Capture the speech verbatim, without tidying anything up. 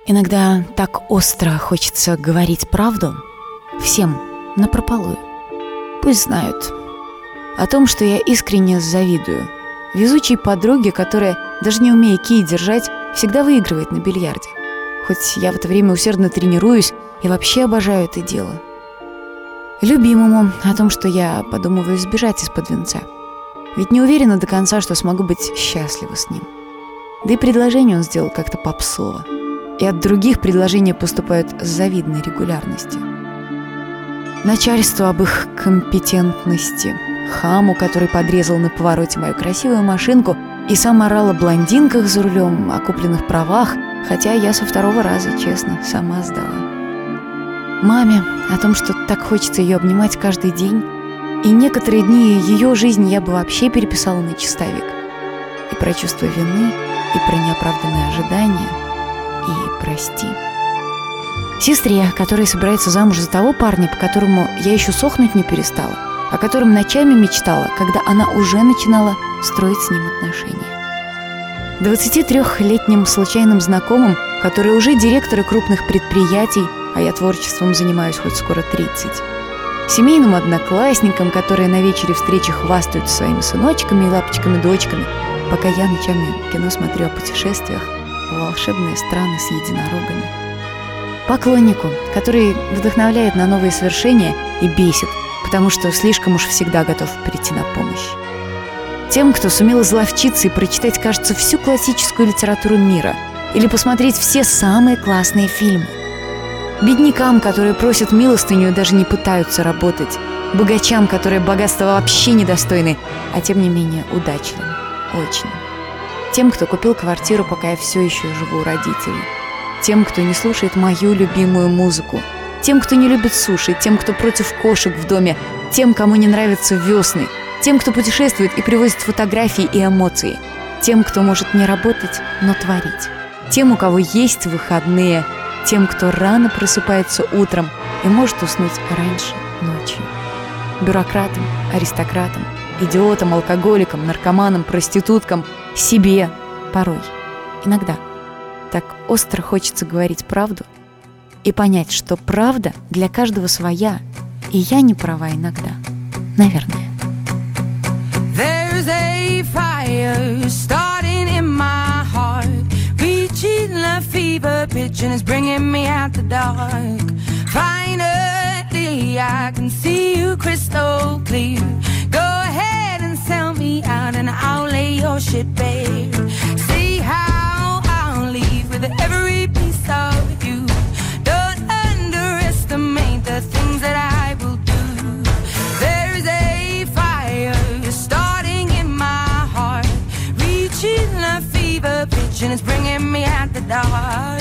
Иногда так остро хочется говорить правду всем напропалую. Пусть знают о том, что я искренне завидую везучей подруге, которая, даже не умея кий держать, всегда выигрывает на бильярде. Хоть я в это время усердно тренируюсь и вообще обожаю это дело. Любимому о том, что я подумываю сбежать из-под венца. Ведь не уверена до конца, что смогу быть счастлива с ним. Да и предложение он сделал как-то попсово. И от других предложения поступают с завидной регулярностью. Начальству об их компетентности, хаму, который подрезал на повороте мою красивую машинку, и сам орал о блондинках за рулем, о купленных правах, хотя я со второго раза, честно, сама сдала. Маме о том, что так хочется ее обнимать каждый день, и некоторые дни ее жизни я бы вообще переписала на чистовик. И про чувство вины, и про неоправданные ожидания, и прости. Сестре, которая собирается замуж за того парня, по которому я еще сохнуть не перестала, о котором ночами мечтала, когда она уже начинала строить с ним отношения. двадцатитрёхлетним случайным знакомым, которые уже директоры крупных предприятий, а я творчеством занимаюсь хоть скоро тридцать. Семейным одноклассникам, которые на вечере встречи хвастаются своими сыночками и лапочками-дочками, пока я ночами кино смотрю о путешествиях в волшебные страны с единорогами. Поклоннику, который вдохновляет на новые свершения и бесит, потому что слишком уж всегда готов прийти на помощь. Тем, кто сумел изловчиться и прочитать, кажется, всю классическую литературу мира или посмотреть все самые классные фильмы. Беднякам, которые просят милостыню и даже не пытаются работать. Богачам, которые богатства вообще недостойны, а тем не менее удачливы. Очень. Тем, кто купил квартиру, пока я все еще живу у родителей. Тем, кто не слушает мою любимую музыку. Тем, кто не любит суши. Тем, кто против кошек в доме. Тем, кому не нравятся весны. Тем, кто путешествует и привозит фотографии и эмоции. Тем, кто может не работать, но творить. Тем, у кого есть выходные. Тем, кто рано просыпается утром и может уснуть раньше ночью. Бюрократам, аристократам, идиотам, алкоголикам, наркоманам, проституткам, себе порой, иногда. Так остро хочется говорить правду и понять, что правда для каждого своя, и я не права иногда. Наверное. There's a fire starting in my heart, reaching a fever pitch and it's bringing me out the dark. Finally, I can see you crystal clear. Go ahead and sell me out and I'll lay your shit bare. See how I'll leave with every piece of you. Don't underestimate the things that I will do. There's a fire starting in my heart, reaching a fever pitch and it's bringing me out the dark.